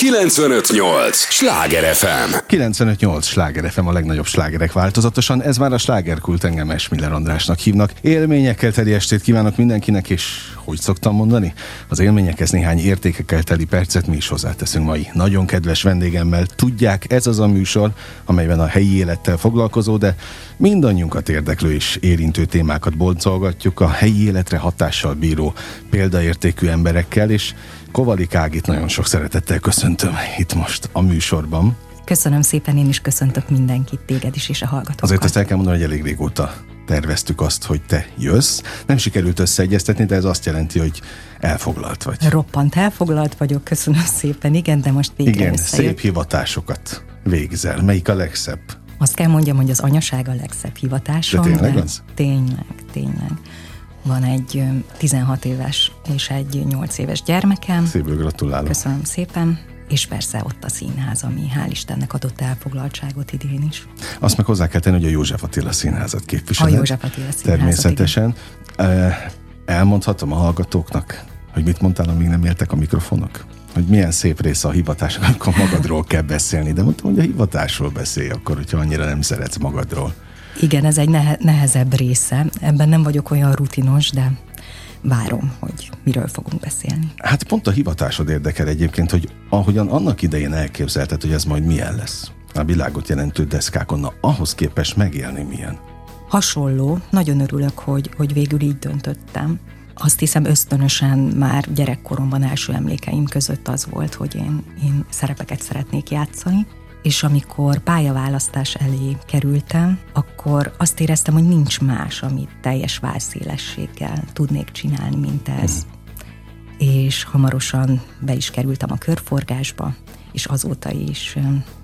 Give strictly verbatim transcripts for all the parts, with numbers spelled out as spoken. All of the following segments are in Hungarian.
kilencvenöt nyolc Sláger ef em. kilencvenöt nyolc Sláger ef em, a legnagyobb slágerek változatosan. Ez már a Slágerkult, engem Esmiller Andrásnak hívnak. Élményekkel teli estét kívánok mindenkinek, és hogy szoktam mondani? Az élményekhez néhány értékekkel teli percet mi is hozzáteszünk mai nagyon kedves vendégemmel. Tudják, ez az a műsor, amelyben a helyi élettel foglalkozó, de mindannyiunkat érdeklő és érintő témákat boncolgatjuk a helyi életre hatással bíró példaértékű emberekkel, és Kovalik Ágit nagyon sok szeretettel köszöntöm itt most a műsorban. Köszönöm szépen, én is köszöntök mindenkit, téged is és a hallgatókat. Azért azt el kell mondani, hogy elég régóta terveztük azt, hogy te jössz. Nem sikerült összeegyeztetni, de ez azt jelenti, hogy elfoglalt vagy. Roppant elfoglalt vagyok, köszönöm szépen, igen, de most végre Igen, összejött. szép hivatásokat végzel. Melyik a legszebb? Azt kell mondjam, hogy az anyaság a legszebb hivatásom. De tényleg az? Tényleg, tényleg. Van egy tizenhat éves és egy nyolc éves gyermekem. Szívből gratulálok. Köszönöm szépen. És persze ott a színház, ami hál' Istennek adott elfoglaltságot idén is. Azt meg hozzá kell tenni, hogy a József Attila Színházat képviseled. A József Attila Színházat, természetesen. Igen. Elmondhatom a hallgatóknak, hogy mit mondtál, amíg nem éltek a mikrofonok? Hogy milyen szép része a hivatásnak, amikor magadról kell beszélni. De mondtam, hogy a hivatásról beszélj akkor, hogyha annyira nem szeretsz magadról. Igen, ez egy nehe- nehezebb része. Ebben nem vagyok olyan rutinos, de várom, hogy miről fogunk beszélni. Hát pont a hivatásod érdekel egyébként, hogy ahogyan annak idején elképzelted, hogy ez majd milyen lesz. A világot jelentő deszkákon, na ahhoz képest megélni milyen. Hasonló, nagyon örülök, hogy, hogy végül így döntöttem. Azt hiszem ösztönösen már gyerekkoromban első emlékeim között az volt, hogy én, én szerepeket szeretnék játszani, és amikor pályaválasztás elé kerültem, akkor azt éreztem, hogy nincs más, amit teljes válszélességgel tudnék csinálni, mint ez. Mm. És hamarosan be is kerültem a körforgásba, és azóta is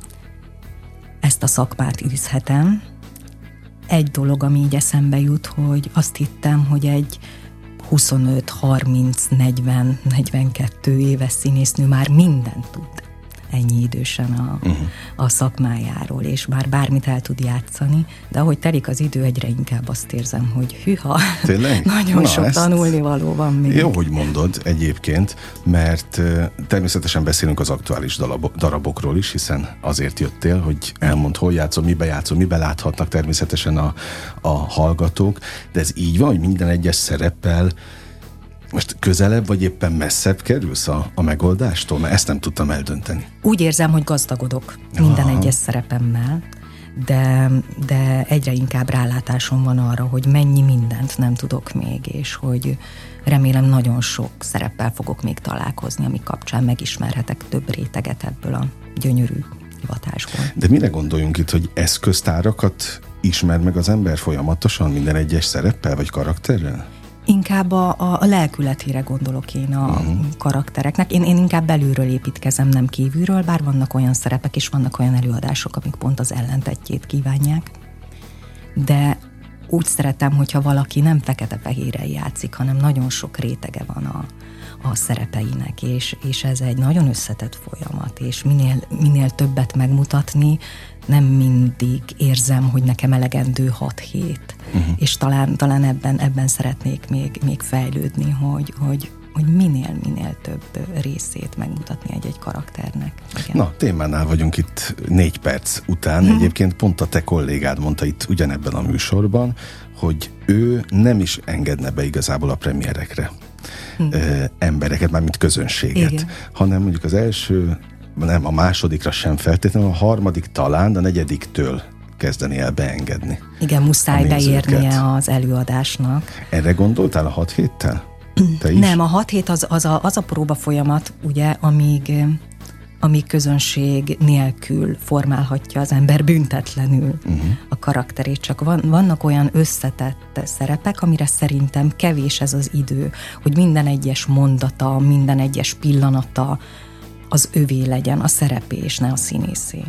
ezt a szakmát űzhetem. Egy dolog, ami így eszembe jut, hogy azt hittem, hogy egy huszonöt, harminc, negyven, negyvenkettő éves színésznő már mindent tud ennyi idősen a, uh-huh. a szakmájáról, és már bármit el tud játszani, de ahogy telik az idő, egyre inkább azt érzem, hogy hűha, nagyon Na, sok tanulnivaló van még. Jó, hogy mondod egyébként, mert természetesen beszélünk az aktuális darab- darabokról is, hiszen azért jöttél, hogy elmondd, hol játszol, mibe játszol, mibe láthatnak természetesen a, a hallgatók, de ez így van, hogy minden egyes szereppel most közelebb vagy éppen messzebb kerülsz a, a megoldástól? Mert ezt nem tudtam eldönteni. Úgy érzem, hogy gazdagodok minden Aha. egyes szerepemmel, de, de egyre inkább rálátásom van arra, hogy mennyi mindent nem tudok még, és hogy remélem nagyon sok szereppel fogok még találkozni, ami kapcsán megismerhetek több réteget ebből a gyönyörű hivatásból. De mire gondoljunk itt, hogy eszköztárakat ismer meg az ember folyamatosan minden egyes szereppel vagy karakterrel? Inkább a, a lelkületére gondolok én a uh-huh. karaktereknek. Én, én inkább belülről építkezem, nem kívülről, bár vannak olyan szerepek és vannak olyan előadások, amik pont az ellentetjét kívánják. De úgy szeretem, hogyha valaki nem fekete-fehérrel játszik, hanem nagyon sok rétege van a, a szerepeinek, és, és ez egy nagyon összetett folyamat, és minél, minél többet megmutatni, nem mindig érzem, hogy nekem elegendő hat-hét. Uh-huh. És talán, talán ebben, ebben szeretnék még, még fejlődni, hogy, hogy, hogy minél, minél több részét megmutatni egy-egy karakternek. Igen. Na, témánál vagyunk itt négy perc után. Hmm. Egyébként pont a te kollégád mondta itt ugyanebben a műsorban, hogy ő nem is engedne be igazából a premierekre hmm. ö, embereket, mármint közönséget, Igen. hanem mondjuk az első, nem, a másodikra sem feltétlenül, a harmadik talán, a negyediktől kezdeni el beengedni. Igen, muszáj beérnie az előadásnak. Erre gondoltál a hat héttel? Te is? Nem, a hat hét az, az, a, az a próba folyamat, ugye, amíg, amíg közönség nélkül formálhatja az ember büntetlenül uh-huh. a karakterét. Csak van, vannak olyan összetett szerepek, amire szerintem kevés ez az idő, hogy minden egyes mondata, minden egyes pillanata az övé legyen, a szerepé, és ne a színészé.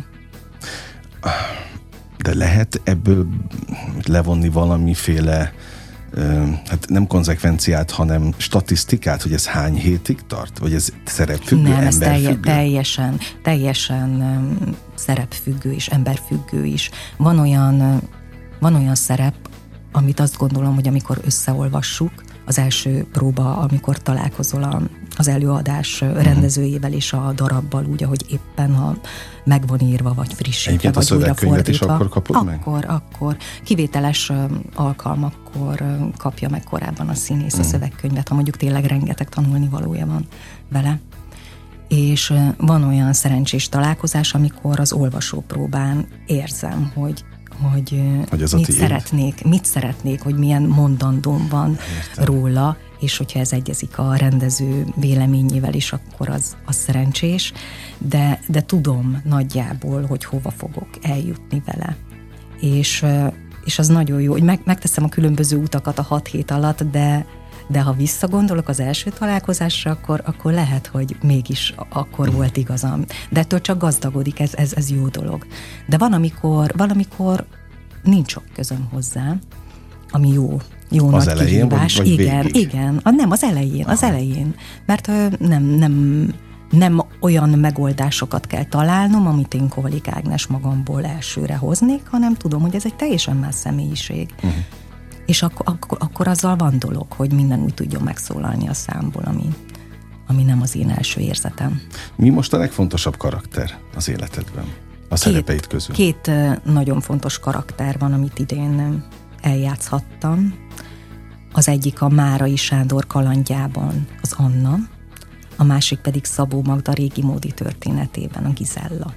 De lehet ebből levonni valamiféle, hát nem konzekvenciát, hanem statisztikát, hogy ez hány hétig tart? Vagy ez szerepfüggő, Nem, ez emberfüggő? Telje, teljesen, teljesen um, szerepfüggő és emberfüggő is. Van olyan, uh, van olyan szerep, amit azt gondolom, hogy amikor összeolvassuk, az első próba, amikor találkozol a, az előadás rendezőjével és a darabbal, úgy, ahogy éppen ha meg van írva, vagy frissítve, vagy újra fordítva. Is akkor kapod meg? Akkor, akkor. Kivételes alkalmakkor kapja meg korábban a színész a szövegkönyvet, ha mondjuk tényleg rengeteg tanulnivalója van vele. És van olyan szerencsés találkozás, amikor az olvasópróbán érzem, hogy hogy, hogy mit szeretnék, mit szeretnék, hogy milyen mondandóm van Értem. róla, és hogyha ez egyezik a rendező véleményével is, akkor az, az szerencsés, de, de tudom nagyjából, hogy hova fogok eljutni vele. És, és az nagyon jó, hogy meg, megteszem a különböző utakat a hat hét alatt, de, de ha visszagondolok az első találkozásra, akkor, akkor lehet, hogy mégis akkor volt igazam. De ettől csak gazdagodik, ez, ez, ez jó dolog. De van, amikor, valamikor nincs sok közöm hozzá, ami jó, jó az nagy elején, kihívás. Vagy, vagy igen, végig? igen. A, nem, az elején, Aha. az elején. Mert ö, nem, nem, nem olyan megoldásokat kell találnom, amit én Kovalik Ágnes magamból elsőre hoznék, hanem tudom, hogy ez egy teljesen más személyiség. Uh-huh. És ak- ak- akkor azzal van dolog, hogy minden úgy tudjon megszólalni a számból, ami, ami nem az én első érzetem. Mi most a legfontosabb karakter az életedben? A szerepeid közül? Két nagyon fontos karakter van, amit idén eljátszhattam. Az egyik a Márai Sándor kalandjában az Anna, a másik pedig Szabó Magda régi módi történetében a Gizella.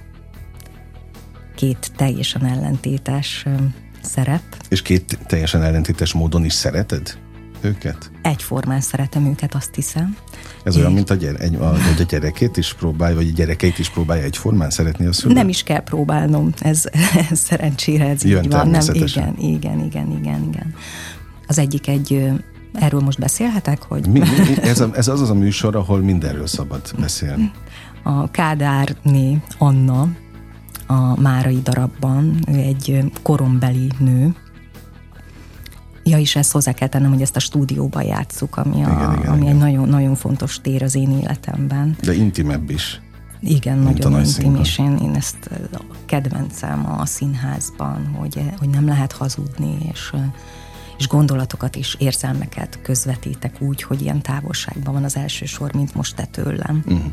Két teljesen ellentétes szerep. És két teljesen ellentétes módon is szereted őket? Egyformán szeretem őket, azt hiszem. Ez olyan, mint a, gyere, egy, a, a gyerekét is próbálja, vagy a gyerekeit is próbálja egyformán szeretni a szülő? Nem is kell próbálnom, ez, ez szerencsére ez Jön így van. Nem, igen, igen, igen, igen, igen. Az egyik egy, erről most beszélhetek, hogy... Mi, mi, ez, a, ez az az a műsor, ahol mindenről szabad beszélni. A Kádárné Anna, a Márai darabban, ő egy korombeli nő. Ja, és ezt hozzá kell tennem, hogy ezt a stúdióban játsszuk, ami, a, igen, igen, ami igen. egy nagyon, nagyon fontos tér az én életemben. De intimebb is. Igen, nagyon intim, és én, én ezt a kedvencem a színházban, hogy, hogy nem lehet hazudni, és, és gondolatokat és érzelmeket közvetítek úgy, hogy ilyen távolságban van az első sor, mint most te tőlem. Uh-huh.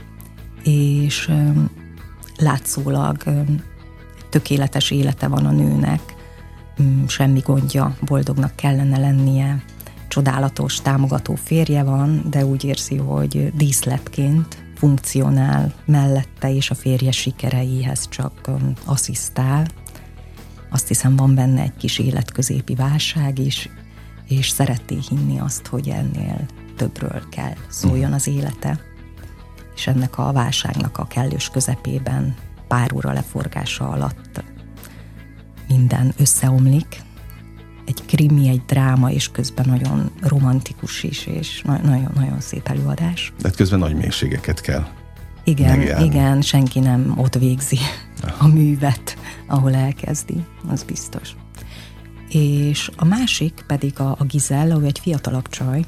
És látszólag tökéletes élete van a nőnek, semmi gondja, boldognak kellene lennie, csodálatos, támogató férje van, de úgy érzi, hogy díszletként funkcionál mellette, és a férje sikereihez csak asszisztál. Azt hiszem, van benne egy kis életközépi válság is, és szereti hinni azt, hogy ennél többről kell szóljon az élete. És ennek a válságnak a kellős közepében, pár óra leforgása alatt minden összeomlik. Egy krimi, egy dráma, és közben nagyon romantikus is, és nagyon-nagyon szép előadás. De közben nagy mélységeket kell Igen, megjárni. Igen, senki nem ott végzi a művet, ahol elkezdi, az biztos. És a másik pedig a, a Gizella, ő egy fiatalabb csaj,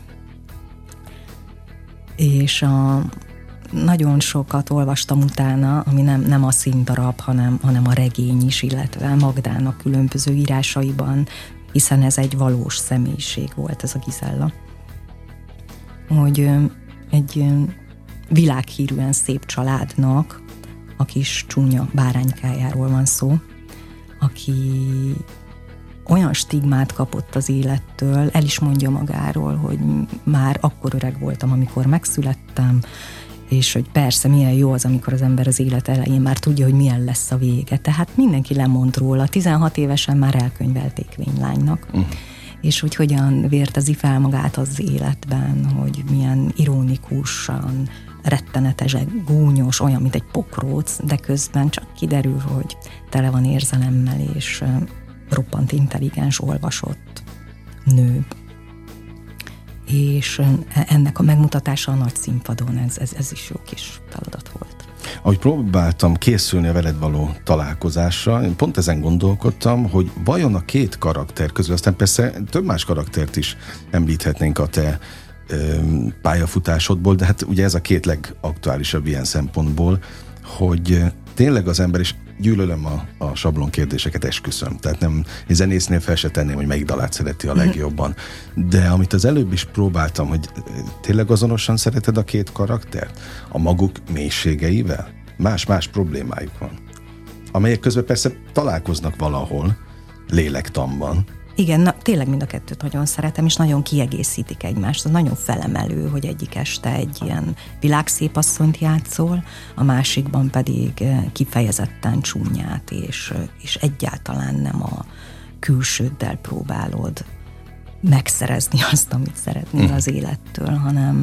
és a nagyon sokat olvastam utána, ami nem, nem a színdarab, hanem, hanem a regény is, illetve Magdának különböző írásaiban, hiszen ez egy valós személyiség volt, ez a Gizella. Hogy egy világhírűen szép családnak, a kis csúnya báránykájáról van szó, aki olyan stigmát kapott az élettől, el is mondja magáról, hogy már akkor öreg voltam, amikor megszülettem, és hogy persze milyen jó az, amikor az ember az élet elején már tudja, hogy milyen lesz a vége. Tehát mindenki lemond róla. tizenhat évesen már elkönyvelték vénylánynak. Uh. És hogy hogyan vértezi fel magát az életben, hogy milyen ironikusan, rettenetesen, gúnyos, olyan, mint egy pokróc, de közben csak kiderül, hogy tele van érzelemmel, és roppant intelligens, olvasott nő. És ennek a megmutatása a nagy színpadon, ez, ez, ez is jó kis feladat volt. Ahogy próbáltam készülni a veled való találkozásra, én pont ezen gondolkodtam, hogy vajon a két karakter közül, aztán persze több más karaktert is említhetnénk a te ö, pályafutásodból, de hát ugye ez a két legaktuálisabb ilyen szempontból, hogy tényleg az ember, és gyűlölöm a, a sablon kérdéseket, esküszöm. Tehát nem, egy zenésznél fel se tenném, hogy melyik dalát szereti a legjobban. De amit az előbb is próbáltam, hogy tényleg azonosan szereted a két karaktert? A maguk mélységeivel? Más-más problémájuk van. Amelyek közben persze találkoznak valahol, lélektanban. Igen, na, tényleg mind a kettőt nagyon szeretem, és nagyon kiegészítik egymást. Az nagyon felemelő, hogy egyik este egy ilyen világszépasszonyt játszol, a másikban pedig kifejezetten csúnyát, és, és egyáltalán nem a külsőddel próbálod megszerezni azt, amit szeretnél mm. az élettől, hanem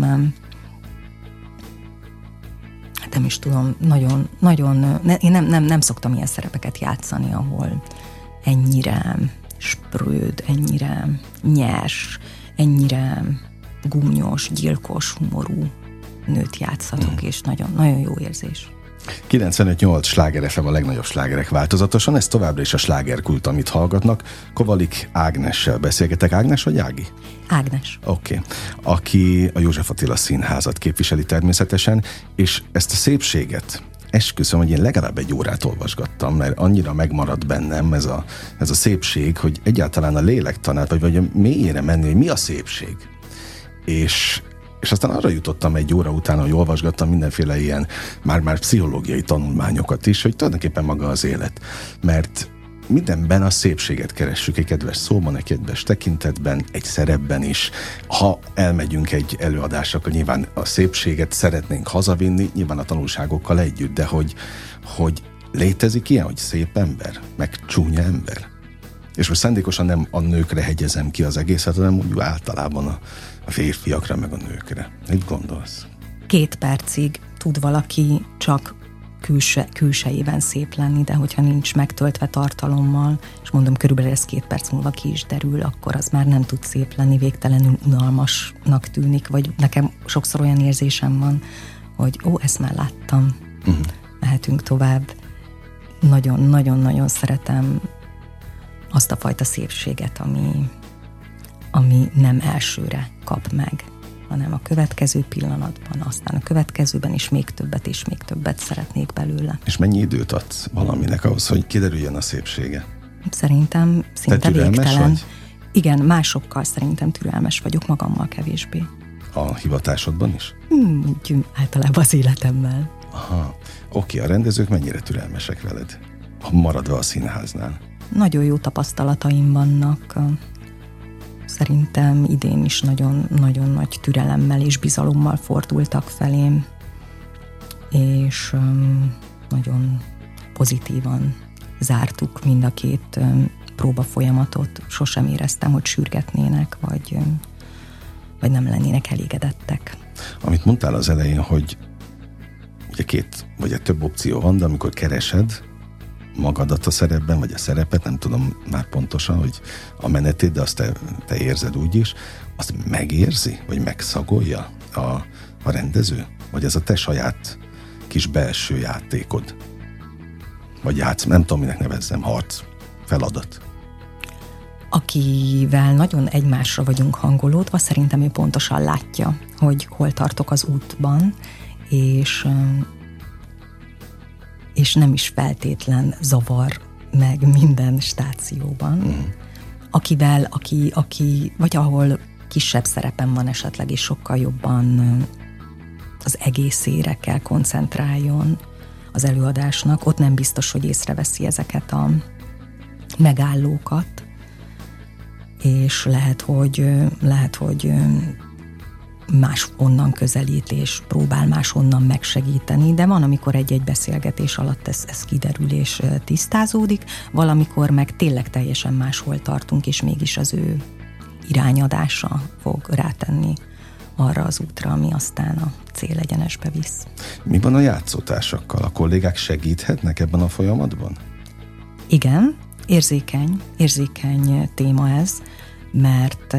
hát nem is tudom, nagyon, nagyon, ne, én nem, nem, nem szoktam ilyen szerepeket játszani, ahol ennyire spröd, ennyire nyers, ennyire gúnyos, gyilkos, humorú nőt játszhatok, mm. és nagyon, nagyon jó érzés. kilencvenöt nyolc Sláger ef em a legnagyobb slágerek változatosan, ez továbbra is a slágerkult, amit hallgatnak. Kovalik Ágnessel beszélgetek. Ágnes vagy Ági? Ágnes. Oké. Okay. Aki a József Attila Színházat képviseli természetesen, és ezt a szépséget, esküszöm, hogy én legalább egy órát olvasgattam, mert annyira megmaradt bennem ez a, ez a szépség, hogy egyáltalán a lélektanát, vagy, vagy a mélyére menni, hogy mi a szépség. És, és aztán arra jutottam egy óra után, hogy olvasgattam mindenféle ilyen már-már pszichológiai tanulmányokat is, hogy tulajdonképpen maga az élet. Mert mindenben a szépséget keressük, egy kedves szóban, egy kedves tekintetben, egy szerepben is. Ha elmegyünk egy előadásra, akkor nyilván a szépséget szeretnénk hazavinni, nyilván a tanulságokkal együtt, de hogy, hogy létezik ilyen, hogy szép ember, meg csúnya ember. És most szándékosan nem a nőkre hegyezem ki az egészet, hanem mondjuk általában a, a férfiakra, meg a nőkre. Mit gondolsz? Két percig tud valaki csak külse, külsejében szép lenni, de hogyha nincs megtöltve tartalommal, és mondom, körülbelül ez két perc múlva ki is derül, akkor az már nem tud szép lenni, végtelenül unalmasnak tűnik, vagy nekem sokszor olyan érzésem van, hogy ó, ezt már láttam, uh-huh. mehetünk tovább. Nagyon-nagyon-nagyon szeretem azt a fajta szépséget, ami, ami nem elsőre kap meg, hanem a következő pillanatban, aztán a következőben is még többet és még többet szeretnék belőle. És mennyi időt adsz valaminek ahhoz, hogy kiderüljön a szépsége? Szerintem szinte Te türelmes végtelen. vagy? Igen, másokkal szerintem türelmes vagyok, magammal kevésbé. A hivatásodban is? Hmm, úgy általában az életemmel. Aha. Oké, a rendezők mennyire türelmesek veled? Maradva a színháznál. Nagyon jó tapasztalataim vannak. Szerintem idén is nagyon-nagyon nagy türelemmel és bizalommal fordultak felém, és um, nagyon pozitívan zártuk mind a két um, próba folyamatot. Sosem éreztem, hogy sürgetnének, vagy, um, vagy nem lennének elégedettek. Amit mondtál az elején, hogy ugye két, vagy több opció van, de amikor keresed magadat a szerepben, vagy a szerepet, nem tudom már pontosan, hogy a menetét, de azt te, te érzed úgy is, azt megérzi, vagy megszagolja a, a rendező? Vagy ez a te saját kis belső játékod? Vagy játsz, nem tudom, minek nevezzem, harc, feladat? Akivel nagyon egymásra vagyunk hangolódva, szerintem ő pontosan látja, hogy hol tartok az útban, és és nem is feltétlen zavar meg minden stációban. Mm. Akivel, aki, aki, vagy ahol kisebb szerepem van esetleg, és sokkal jobban az egészére kell koncentráljon az előadásnak, ott nem biztos, hogy észreveszi ezeket a megállókat, és lehet, hogy, lehet, hogy máshonnan közelít, és próbál máshonnan megsegíteni, de van, amikor egy-egy beszélgetés alatt ez, ez kiderül és tisztázódik, valamikor meg tényleg teljesen máshol tartunk, és mégis az ő irányadása fog rátenni arra az útra, ami aztán a célegyenesbe visz. Mi van a játszótársakkal? A kollégák segíthetnek ebben a folyamatban? Igen, érzékeny, érzékeny téma ez, mert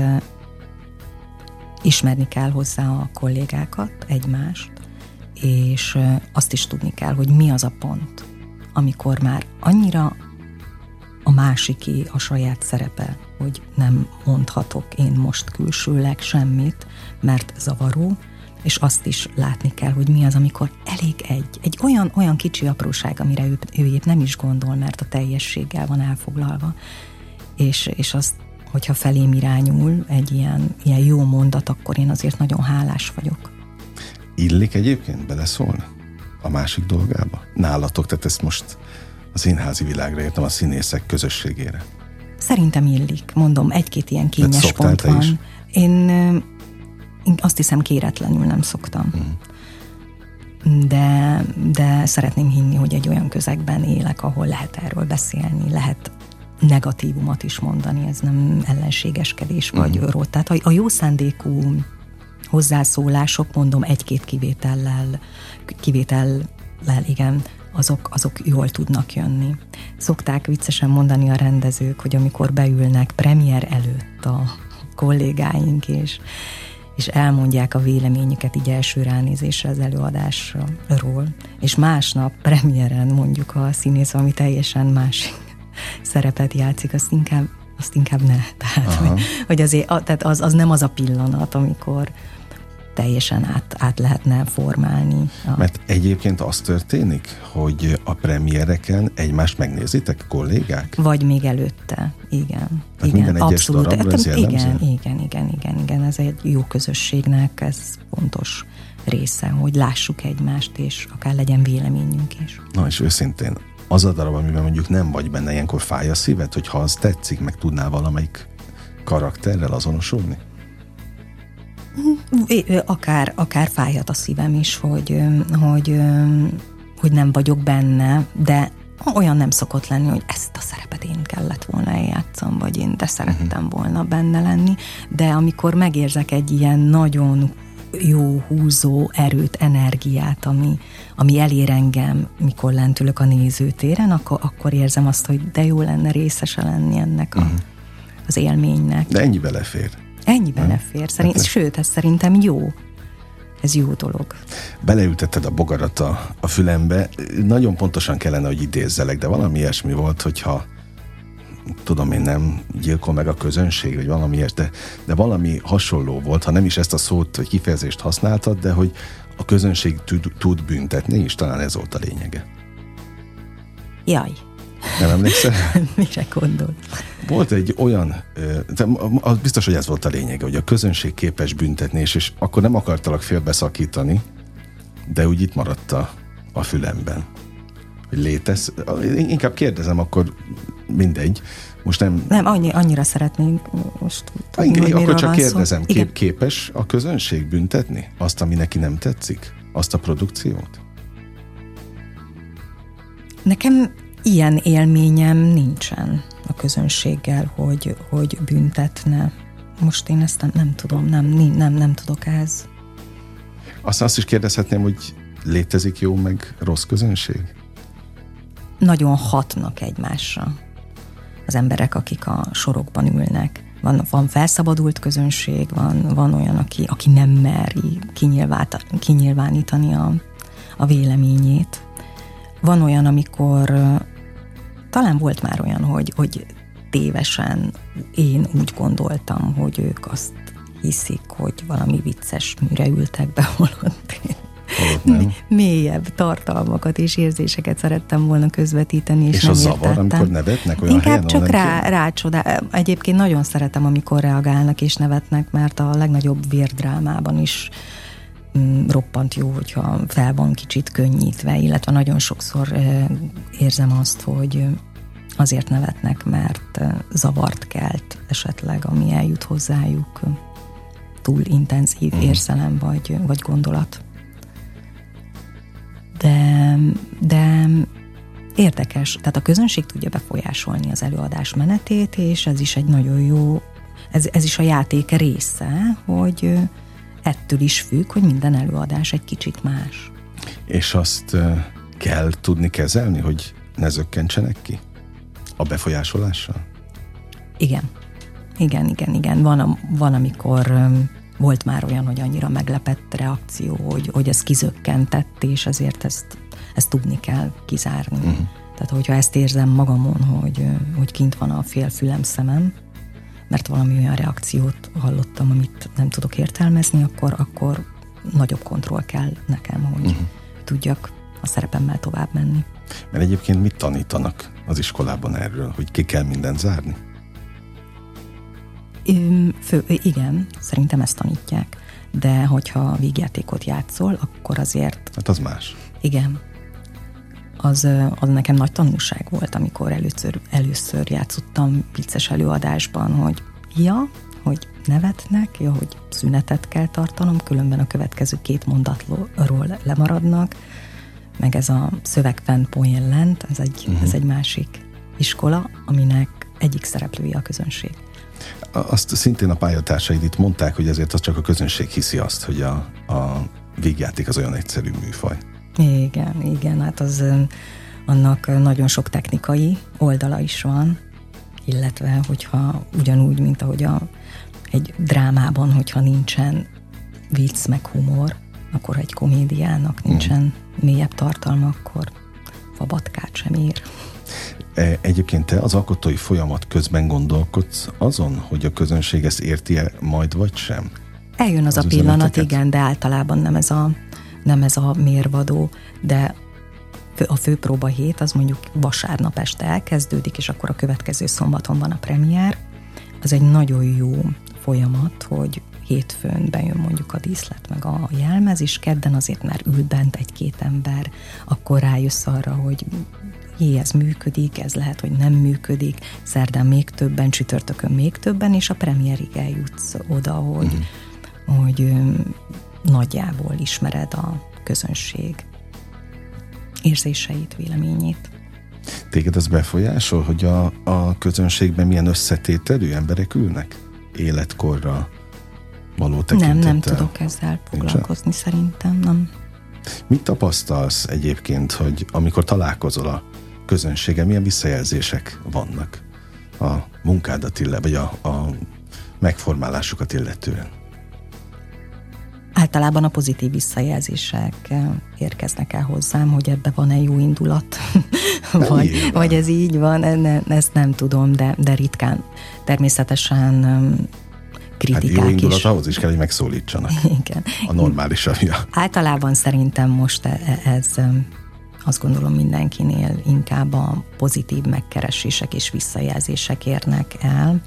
ismerni kell hozzá a kollégákat, egymást, és azt is tudni kell, hogy mi az a pont, amikor már annyira a másiké a saját szerepe, hogy nem mondhatok én most külsőleg semmit, mert zavaró, és azt is látni kell, hogy mi az, amikor elég egy, egy olyan, olyan kicsi apróság, amire ő, ő épp nem is gondol, mert a teljességgel van elfoglalva, és, és azt, hogyha felém irányul egy ilyen, ilyen jó mondat, akkor én azért nagyon hálás vagyok. Illik egyébként beleszólni a másik dolgába? Nálatok, tehát ezt most a színházi világra értem, a színészek közösségére. Szerintem illik, mondom, egy-két ilyen kényes pont van. Is? Én, én azt hiszem kéretlenül nem szoktam. Hmm. De, de szeretném hinni, hogy egy olyan közegben élek, ahol lehet erről beszélni, lehet negatívumot is mondani, ez nem ellenségeskedés vagy hmm. rossz. Tehát a, a jó szándékú hozzászólások, mondom, egy-két kivétellel, kivétellel, igen, azok, azok jól tudnak jönni. Szokták viccesen mondani a rendezők, hogy amikor beülnek premier előtt a kollégáink, és, és elmondják a véleményüket így első ránézésre az előadásról, és másnap premieren mondjuk a színész, ami teljesen másik szerepet játszik, azt inkább, azt inkább ne. Tehát, hogy, hogy azért, tehát az, az nem az a pillanat, amikor teljesen át, át lehetne formálni. A... Mert egyébként az történik, hogy a premiereken egymást megnézitek, kollégák? Vagy még előtte, igen. Tehát igen, minden egyes abszolút. darabra ez jellemző? Igen, igen, igen, igen, igen, ez egy jó közösségnek, ez fontos része, hogy lássuk egymást, és akár legyen véleményünk is. Na és őszintén, az a darab, amiben mondjuk nem vagy benne, ilyenkor fáj a szíved, hogyha az tetszik, meg tudnál valamelyik karakterrel azonosulni? Akár, akár fájhat a szívem is, hogy, hogy, hogy nem vagyok benne, de olyan nem szokott lenni, hogy ezt a szerepet én kellett volna eljátszom, vagy én de szerettem volna benne lenni, de amikor megérzek egy ilyen nagyon jó húzó erőt, energiát, ami, ami elér engem, mikor lent ülök a nézőtéren, akkor, akkor érzem azt, hogy de jó lenne részese lenni ennek a, az élménynek. De ennyi belefér. Ennyi belefér. Szerint, hát, sőt, ez szerintem jó. Ez jó dolog. Beleültetted a bogarat a, a fülembe. Nagyon pontosan kellene, hogy idézzelek, de valami ilyesmi volt, hogyha tudom én, nem gyilkol meg a közönség, vagy valami ilyes, de, de valami hasonló volt, ha nem is ezt a szót, vagy kifejezést használtad, de hogy a közönség tud, tud büntetni, és talán ez volt a lényege. Jaj. Nem emlékszel? Mire gondol? Volt egy olyan, az biztos, hogy ez volt a lényege, hogy a közönség képes büntetni, és, és akkor nem akartalak félbeszakítani, de úgy itt maradt a, a fülemben. Hogy létez. Inkább kérdezem, akkor mindegy. Most nem... Nem, annyi, annyira szeretnénk most tudni, hogy akkor csak kérdezem, kép, képes a közönség büntetni azt, ami neki nem tetszik? Azt a produkciót? Nekem ilyen élményem nincsen a közönséggel, hogy, hogy büntetne. Most én ezt nem, nem tudom, nem, nem, nem tudok ez. Azt, azt is kérdezhetném, hogy létezik jó meg rossz közönség? Nagyon hatnak egymásra az emberek, akik a sorokban ülnek. Van, van felszabadult közönség, van, van olyan, aki, aki nem meri kinyilvánítani a, a véleményét. Van olyan, amikor talán volt már olyan, hogy, hogy tévesen én úgy gondoltam, hogy ők azt hiszik, hogy valami vicces műre ültek be, holott én mélyebb tartalmakat és érzéseket szerettem volna közvetíteni, és, és nem értettem. És a zavar, amikor nevetnek olyan Inkább helyen, csak rá, rácsodál. Egyébként nagyon szeretem, amikor reagálnak és nevetnek, mert a legnagyobb vérdrámában is mm, roppant jó, hogyha fel van kicsit könnyítve, illetve nagyon sokszor e, érzem azt, hogy azért nevetnek, mert zavart kelt esetleg, ami eljut hozzájuk, túl intenzív mm. érzelem vagy, vagy gondolat. De, de érdekes, tehát a közönség tudja befolyásolni az előadás menetét, és ez is egy nagyon jó, ez, ez is a játék része, hogy ettől is függ, hogy minden előadás egy kicsit más. És azt kell tudni kezelni, hogy ne zökkentsenek ki a befolyásolással? Igen. Igen, igen, igen. Van, van amikor volt már olyan, hogy annyira meglepett reakció, hogy, hogy ez kizökkentett, és ezért ezt, ezt tudni kell kizárni. Uh-huh. Tehát, hogyha ezt érzem magamon, hogy, hogy kint van a fél fülem szemem, mert valami olyan reakciót hallottam, amit nem tudok értelmezni, akkor, akkor nagyobb kontroll kell nekem, hogy uh-huh. tudjak a szerepemmel tovább menni. Mert egyébként mit tanítanak az iskolában erről, hogy ki kell mindent zárni? Fő, igen, szerintem ezt tanítják, de hogyha vígjátékot játszol, akkor azért... Hát az más. Igen. Az, az nekem nagy tanulság volt, amikor először, először játszottam vicces előadásban, hogy ja, hogy nevetnek, ja, hogy szünetet kell tartanom, különben a következő két mondatról lemaradnak, meg ez a szöveg fent, poén lent, ez egy, uh-huh. ez egy másik iskola, aminek egyik szereplője a közönség. Azt szintén a pályatársaid itt mondták, hogy ezért az csak a közönség hiszi azt, hogy a, a vígjáték az olyan egyszerű műfaj. Igen, igen, hát az annak nagyon sok technikai oldala is van, illetve hogyha ugyanúgy, mint ahogy a, egy drámában, hogyha nincsen vicc meg humor, akkor egy komédiának nincsen mm. mélyebb tartalma, akkor fabatkát sem ír. Egyébként te az alkotói folyamat közben gondolkodsz azon, hogy a közönség ezt érti-e majd, vagy sem? Eljön az, az a pillanat, igen, de általában nem ez a, nem ez a mérvadó, de a főpróba hét az mondjuk vasárnap este elkezdődik, és akkor a következő szombaton van a premiér. Az egy nagyon jó folyamat, hogy hétfőn bejön mondjuk a díszlet meg a jelmez, és kedden azért már ül bent egy-két ember, akkor rájössz arra, hogy jé, ez működik, ez lehet, hogy nem működik, szerdán még többen, csütörtökön még többen, és a premiérig eljutsz oda, hogy, mm-hmm. hogy ö, nagyjából ismered a közönség érzéseit, véleményét. Téged ez befolyásol, hogy a, a közönségben milyen összetételű emberek ülnek? Életkorra való tekintettel? Nem, nem tudok ezzel foglalkozni, Nincs? Szerintem nem. Mit tapasztalsz egyébként, hogy amikor találkozol a közönséggel, milyen visszajelzések vannak a munkádat illetve, vagy a, a megformálásukat illetően? Általában a pozitív visszajelzések érkeznek el hozzám, hogy ebbe van-e jó indulat, vagy, vagy ez így van, ne, ezt nem tudom, de, de ritkán. Természetesen kritikák is. Hát jó indulat ahhoz is kell, hogy megszólítsanak. Igen. A normális avja. Általában szerintem most ez, azt gondolom mindenkinél inkább a pozitív megkeresések és visszajelzések érnek el,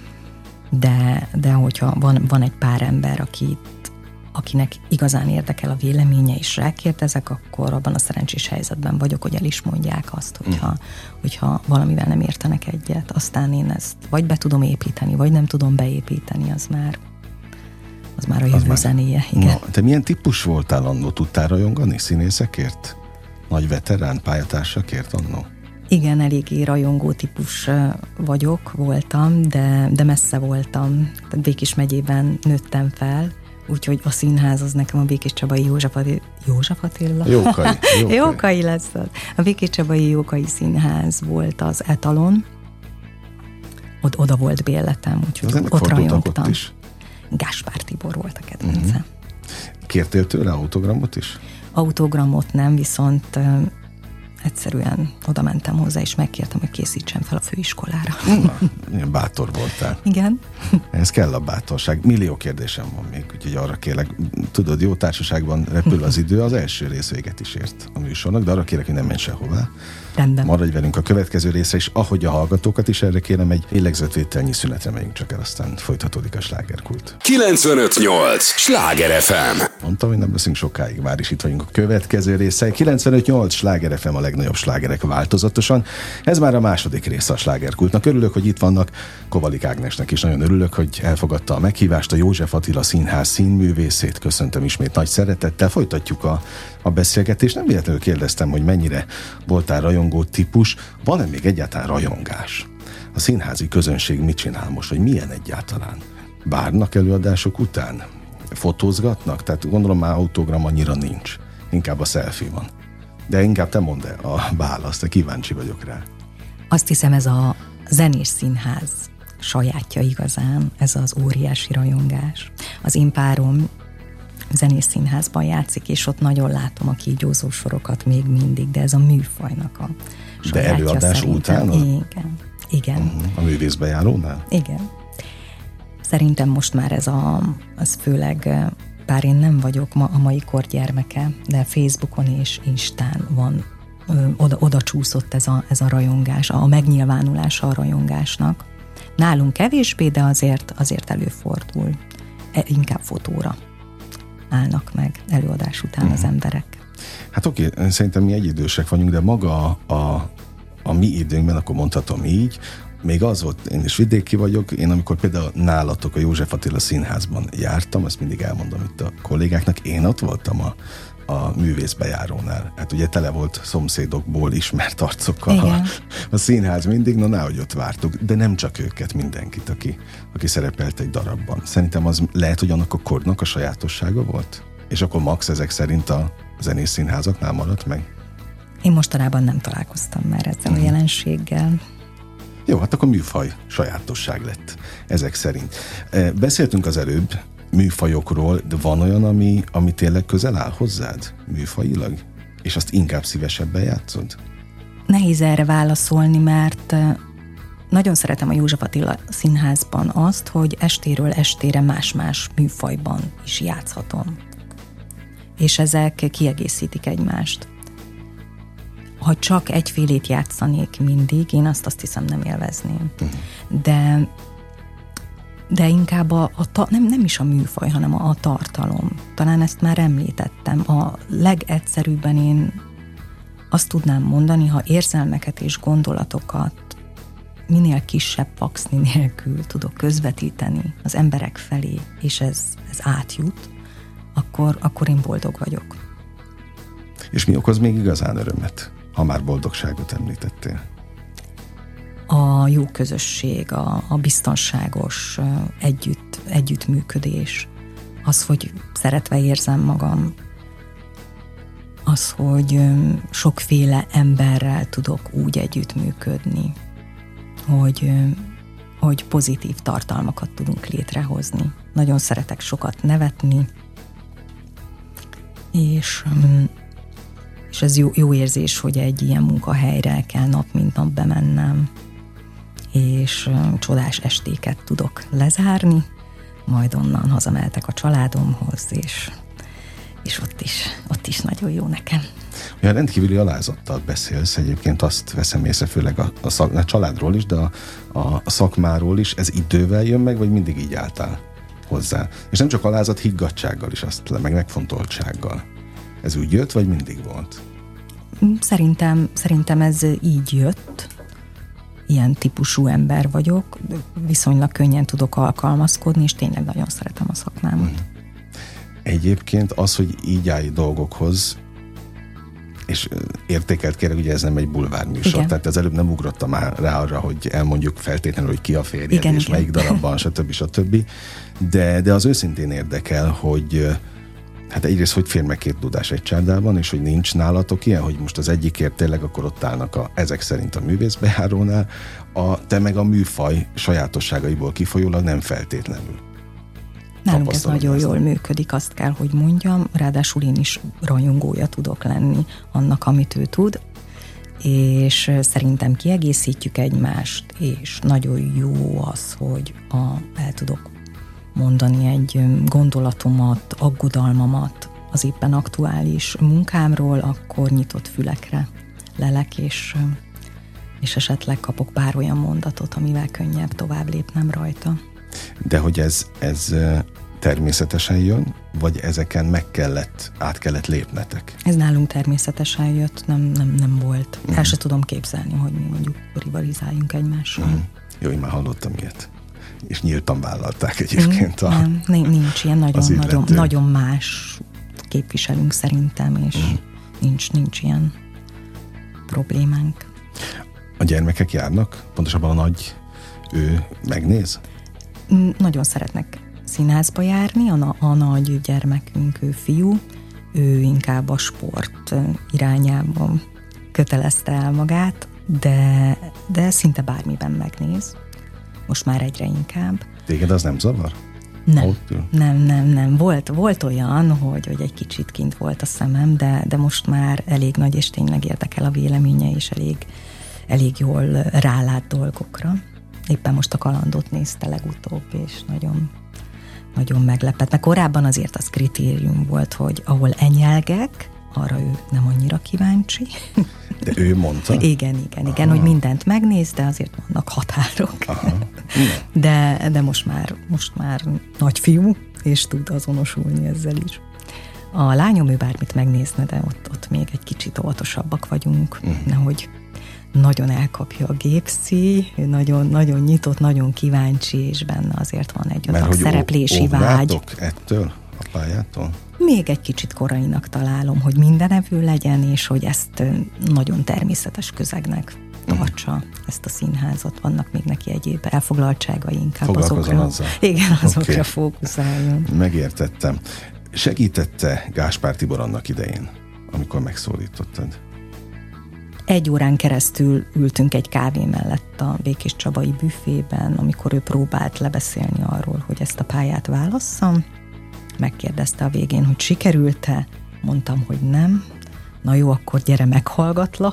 de, de hogyha van, van egy pár ember, akit akinek igazán érdekel a véleménye, és rákérdezek, akkor abban a szerencsés helyzetben vagyok, hogy el is mondják azt, hogyha, mm. hogyha valamivel nem értenek egyet, aztán én ezt vagy be tudom építeni, vagy nem tudom beépíteni, az már az már a jövő már... zenéje. Igen. Na, te milyen típus voltál annó? Tudtál rajongani színészekért? Nagy veterán pályatársakért annó? Igen, eléggé rajongó típus vagyok, voltam, de, de messze voltam. Békés megyében nőttem fel, úgyhogy a színház az nekem a Békéscsabai József Attila... József Attila? Jókai. Jókai. Jókai lesz az. A Békéscsabai Jókai Színház volt az etalon. Od- oda volt bérletem, úgyhogy ott, ott rajongtam. Ott is. Gáspár Tibor volt a kedvencem. Uh-huh. Kértél tőle autogramot is? Autogramot nem, viszont uh, egyszerűen oda mentem hozzá, és megkértem, hogy készítsen fel a főiskolára. Na, milyen bátor voltál. Igen. Ez kell a bátorság. Millió kérdésem van még, úgyhogy arra kérlek, tudod, jó társaságban repül az idő, az első rész véget is ért a műsornak, de arra kérlek, hogy nem menj sehová. Rendben. Maradj velünk a következő részre, és ahogy a hallgatókat is erre kérem, egy lélegzetvételnyi szünetre megyünk csak el, aztán folytatódik a slágerkult. kilencvenöt nyolc Sláger ef em. Mondtam, hogy nem leszünk sokáig, már is itt vagyunk a következő része. kilencvenöt nyolc Sláger ef em, a legnagyobb slágerek változatosan. Ez már a második része a slágerkultnak. Örülök, hogy itt vannak. Kovalik Ágnesnek is nagyon örülök, hogy elfogadta a meghívást. A József Attila Színház színművészét köszöntöm ismét nagy szeretettel. Folytatjuk a, a beszélgetést. Nem véletlenül kérdeztem, hogy mennyire voltál rajongó típus. Van-e még egyáltalán rajongás? A színházi közönség mit csinál most, hogy milyen egyáltalán? Várnak előadások után? Fotózgatnak? Tehát gondolom már autogram annyira nincs. Inkább a selfie van. De inkább te mondd el a választ, kíváncsi vagyok rá. Azt hiszem, ez a zenés színház sajátja igazán, ez az óriási rajongás. Az én párom zenés színházban játszik, és ott nagyon látom a kígyózó sorokat még mindig, de ez a műfajnak a sajátja. De előadás szerintem. után? Igen. Igen. Uh-huh. A művészbejárónál? Igen. Szerintem most már ez a, az főleg bár én nem vagyok ma a mai kor gyermeke, de Facebookon és Instán van, ö, oda, oda csúszott ez a, ez a rajongás, a megnyilvánulása a rajongásnak. Nálunk kevésbé, de azért, azért előfordul. E, inkább fotóra állnak meg előadás után mm. az emberek. Hát oké, okay, szerintem mi egyidősek vagyunk, de maga a, a mi időnkben, akkor mondhatom így, még az volt, én is vidéki vagyok, én amikor például nálatok a József Attila Színházban jártam, ezt mindig elmondom itt a kollégáknak, én ott voltam a, a művészbejárónál. Hát ugye tele volt szomszédokból ismert arcokkal a, a színház mindig, na náhogy ott vártuk, de nem csak őket, mindenkit, aki, aki szerepelt egy darabban. Szerintem az lehet, hogy annak a kornak a sajátossága volt? És akkor max ezek szerint a zenész színházaknál maradt meg? Én mostanában nem találkoztam már ezzel hmm. a jelenséggel. Jó, hát akkor műfaj sajátosság lett ezek szerint. Beszéltünk az előbb műfajokról, de van olyan, ami, ami tényleg közel áll hozzád műfajilag? És azt inkább szívesebben játszod? Nehéz erre válaszolni, mert nagyon szeretem a József Attila Színházban azt, hogy estéről estére más-más műfajban is játszhatom. És ezek kiegészítik egymást. Ha csak egyfélét játszanék mindig, én azt azt hiszem nem élvezném. Uh-huh. De, de inkább a, a ta, nem, nem is a műfaj, hanem a, a tartalom. Talán ezt már említettem. A legegyszerűbben én azt tudnám mondani, ha érzelmeket és gondolatokat minél kisebb vakszni nélkül tudok közvetíteni az emberek felé, és ez, ez átjut, akkor, akkor én boldog vagyok. És mi okoz még igazán örömet, ha már boldogságot említettél? A jó közösség, a, a biztonságos együtt, együttműködés, az, hogy szeretve érzem magam, az, hogy sokféle emberrel tudok úgy együttműködni, hogy, hogy pozitív tartalmakat tudunk létrehozni. Nagyon szeretek sokat nevetni, és, és ez jó, jó érzés, hogy egy ilyen munkahelyre kell nap mint nap bemennem, és csodás estéket tudok lezárni, majd onnan hazamehetek a családomhoz, és, és ott is, ott is nagyon jó nekem. Olyan rendkívüli alázattal beszélsz, egyébként azt veszem észre, főleg a, a, szak, a családról is, de a, a, a szakmáról is, ez idővel jön meg, vagy mindig így álltál hozzá? És nem csak alázat, higgadtsággal is, azt le, meg megfontoltsággal. Ez úgy jött, vagy mindig volt? Szerintem, szerintem ez így jött. Ilyen típusú ember vagyok, viszonylag könnyen tudok alkalmazkodni, és tényleg nagyon szeretem a szakmámat. Hmm. Egyébként az, hogy így állj dolgokhoz, és értékelt kérek, ugye ez nem egy bulvárműsor, igen. Tehát az előbb nem ugrottam már rá arra, hogy elmondjuk feltétlenül, hogy ki a férjed, igen, és igen. melyik darabban, stb. stb. De, de az őszintén érdekel, hogy hát egyrészt, hogy fér meg két dudás egy csárdában, és hogy nincs nálatok ilyen, hogy most az egyikért tényleg akkor ott állnak a, ezek szerint a művészbejárónál, a, te meg a műfaj sajátosságaiból kifolyólag nem feltétlenül. Nálunk ez nagyon jól működik, azt kell, hogy mondjam, ráadásul én is rajongója tudok lenni annak, amit ő tud, és szerintem kiegészítjük egymást, és nagyon jó az, hogy a, el tudok mondani egy gondolatomat, aggodalmamat az éppen aktuális munkámról, akkor nyitott fülekre lelek, és, és esetleg kapok pár olyan mondatot, amivel könnyebb tovább lépnem rajta. De hogy ez, ez természetesen jön, vagy ezeken meg kellett, át kellett lépnetek? Ez nálunk természetesen jött, nem, nem, nem volt. Mm. El se tudom képzelni, hogy mi mondjuk rivalizáljunk egymással. Mm. Jó, én már hallottam ilyet. És nyíltan vállalták egyébként. Mm, a, nem, nincs ilyen, nagyon, nagyon, nagyon más képviselünk szerintem, és mm. nincs, nincs ilyen problémánk. A gyermekek járnak? Pontosabban a nagy, ő megnéz? Nagyon szeretnek színházba járni, a, a nagy gyermekünk, ő fiú, ő inkább a sport irányában kötelezte el magát, de, de szinte bármiben megnéz. Most már egyre inkább. Téged az nem zavar? Nem, nem, nem, nem. Volt, volt olyan, hogy, hogy egy kicsit kint volt a szemem, de, de most már elég nagy, és tényleg érdekel a véleménye, és elég, elég jól rálát dolgokra. Éppen most a Kalandot nézte legutóbb, és nagyon, nagyon meglepett. Mert korábban azért az kritérium volt, hogy ahol enyelgek, arra ő nem annyira kíváncsi. De ő mondta? Igen, igen, igen, aha, hogy mindent megnéz, de azért vannak határok. Aha. De, de most már, most már nagyfiú, és tud azonosulni ezzel is. A lányom, ő bármit megnézne, de ott, ott még egy kicsit óvatosabbak vagyunk, uh-huh. nehogy nagyon elkapja a gépszi, nagyon, nagyon nyitott, nagyon kíváncsi, és benne azért van egy olyan szereplési vágy. Ettől a pályától? Még egy kicsit korainak találom, hogy mindenevő legyen, és hogy ezt nagyon természetes közegnek tartsa uh-huh. ezt a színházat. Vannak még neki egyéb elfoglaltságai, inkább azokra. Azzal. Igen, azokra okay. fókuszáljon. Megértettem. Segítette Gáspár Tibor annak idején, amikor megszólítottad? Egy órán keresztül ültünk egy kávé mellett a Békés Csabai büfében, amikor ő próbált lebeszélni arról, hogy ezt a pályát válasszam. Megkérdezte a végén, hogy sikerült-e? Mondtam, hogy nem. Na jó, akkor gyere, meghallgatlak.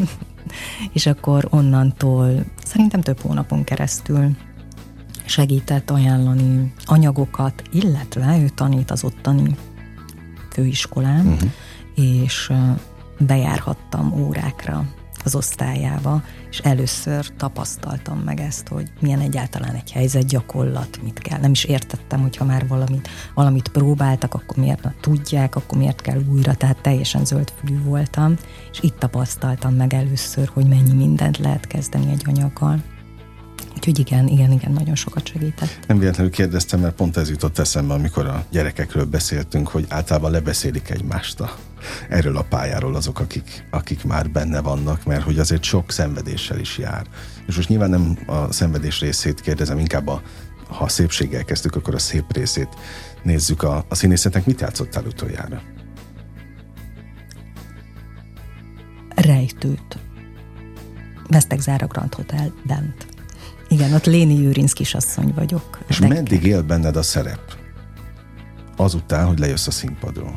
És akkor onnantól szerintem több hónapon keresztül segített ajánlani anyagokat, illetve ő tanít az ottani főiskolán, uh-huh. és bejárhattam órákra az osztályába, és először tapasztaltam meg ezt, hogy milyen egyáltalán egy helyzetgyakorlat, mit kell. Nem is értettem, hogyha már valamit, valamit próbáltak, akkor miért na, tudják, akkor miért kell újra, tehát teljesen zöldfülű voltam, és itt tapasztaltam meg először, hogy mennyi mindent lehet kezdeni egy anyaggal. Úgyhogy igen, igen, igen, nagyon sokat segített. Nem véletlenül kérdeztem, mert pont ez jutott eszembe, amikor a gyerekekről beszéltünk, hogy általában lebeszélik egymást a, erről a pályáról azok, akik, akik már benne vannak, mert hogy azért sok szenvedéssel is jár. És most nyilván nem a szenvedés részét kérdezem, inkább a, ha a szépséggel kezdtük, akkor a szép részét nézzük. A, a színészetnek mit játszottál utoljára? Rejtőt. Vesztegzára Grand Hotel bent. Igen, ott Léni Jőrinc kisasszony vagyok. És de meddig él benned a szerep? Azután, hogy lejössz a színpadról?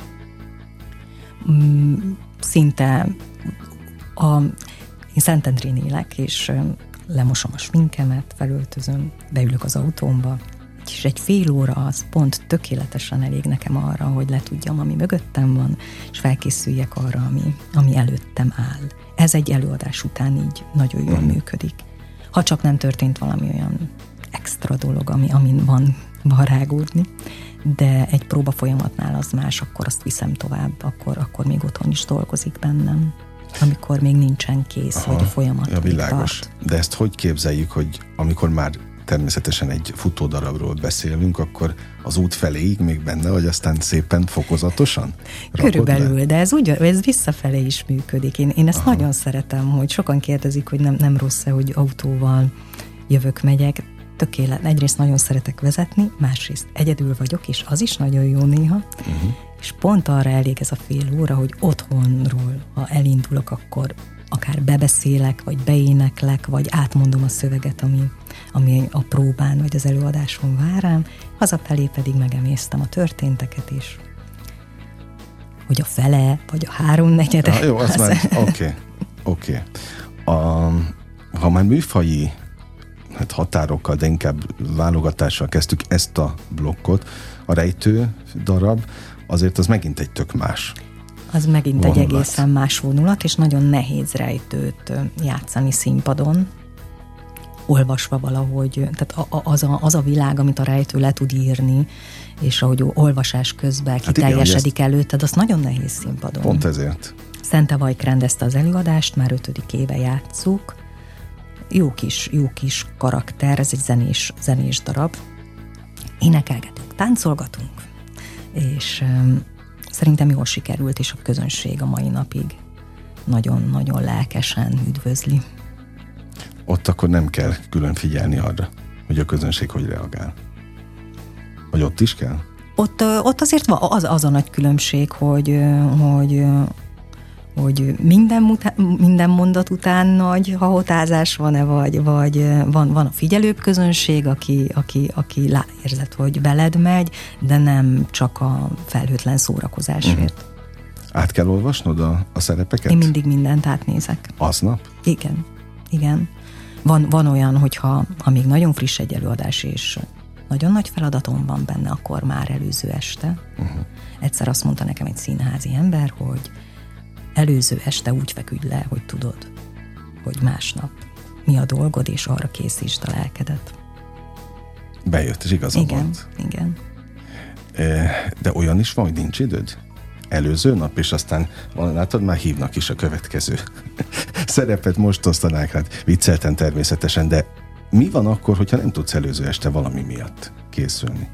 Mm, szinte a, én Szentendrén élek, és lemosom a sminkemet, felöltözöm, beülök az autómba, és egy fél óra az pont tökéletesen elég nekem arra, hogy letudjam, ami mögöttem van, és felkészüljek arra, ami, ami előttem áll. Ez egy előadás után így nagyon jól mm. működik. Ha csak nem történt valami olyan extra dolog, ami, amin van, van rágódni, de egy próba folyamatnál az más, akkor azt viszem tovább, akkor, akkor még otthon is dolgozik bennem, amikor még nincsen kész, aha, vagy a folyamat ja, világos. Tart. De ezt hogy képzeljük, hogy amikor már természetesen egy futódarabról beszélünk, akkor az út feléig még benne, vagy aztán szépen fokozatosan? Körülbelül, de ez úgy, ez visszafelé is működik. Én, én ezt aha. nagyon szeretem, hogy sokan kérdezik, hogy nem, nem rossz-e, hogy autóval jövök, megyek. Tökélet. Egyrészt nagyon szeretek vezetni, másrészt egyedül vagyok, és az is nagyon jó néha. Uh-huh. És pont arra elég ez a fél óra, hogy otthonról, ha elindulok, akkor akár bebeszélek, vagy beéneklek, vagy átmondom a szöveget, ami, ami a próbán, vagy az előadáson vár rám, hazafelé pedig megemésztem a történteket is. Hogy a fele, vagy a háromnegyede. Ah, jó, az, az már, oké, okay, oké. Okay. Ha már műfaji hát határokkal, de inkább válogatással kezdtük ezt a blokkot, a rejtő darab, azért az megint egy tök más Az megint vonulat. Egy egészen más vonulat, és nagyon nehéz rejtőt játszani színpadon, olvasva valahogy, tehát az a, az a világ, amit a rejtő le tud írni, és ahogy olvasás közben hát kiteljesedik igen, előtted, az nagyon nehéz színpadon. Pont ezért. Szente Vajk rendezte az előadást, már ötödik éve játsszuk. Jó kis, jó kis karakter, ez egy zenés, zenés darab. Énekelgetünk, táncolgatunk, és um, szerintem jól sikerült, és a közönség a mai napig nagyon-nagyon lelkesen üdvözli. Ott akkor nem kell külön figyelni arra, hogy a közönség hogy reagál. Vagy ott is kell? Ott, ott azért az, az a nagy különbség, hogy, hogy, hogy minden, muta, minden mondat után nagy hahotázás van-e, vagy, vagy van, van a figyelőbb közönség, aki, aki, aki lá, érzed, hogy beled megy, de nem csak a felhőtlen szórakozásért. Uh-huh. Át kell olvasnod a, a szerepeket? Én mindig mindent átnézek. Aznap? Igen, igen. Van, van olyan, hogyha ha még nagyon friss egy előadás, és nagyon nagy feladatom van benne, akkor már előző este. Uh-huh. Egyszer azt mondta nekem egy színházi ember, hogy előző este úgy feküdj le, hogy tudod, hogy másnap mi a dolgod, és arra készítsd a lelkedet. Bejött, és igazam igen, volt. Igen, De olyan is van, hogy nincs időd? Előző nap, és aztán látod, már hívnak is a következő szerepet, most osztanák, hát viccelten természetesen, de mi van akkor, hogyha nem tudsz előző este valami miatt készülni?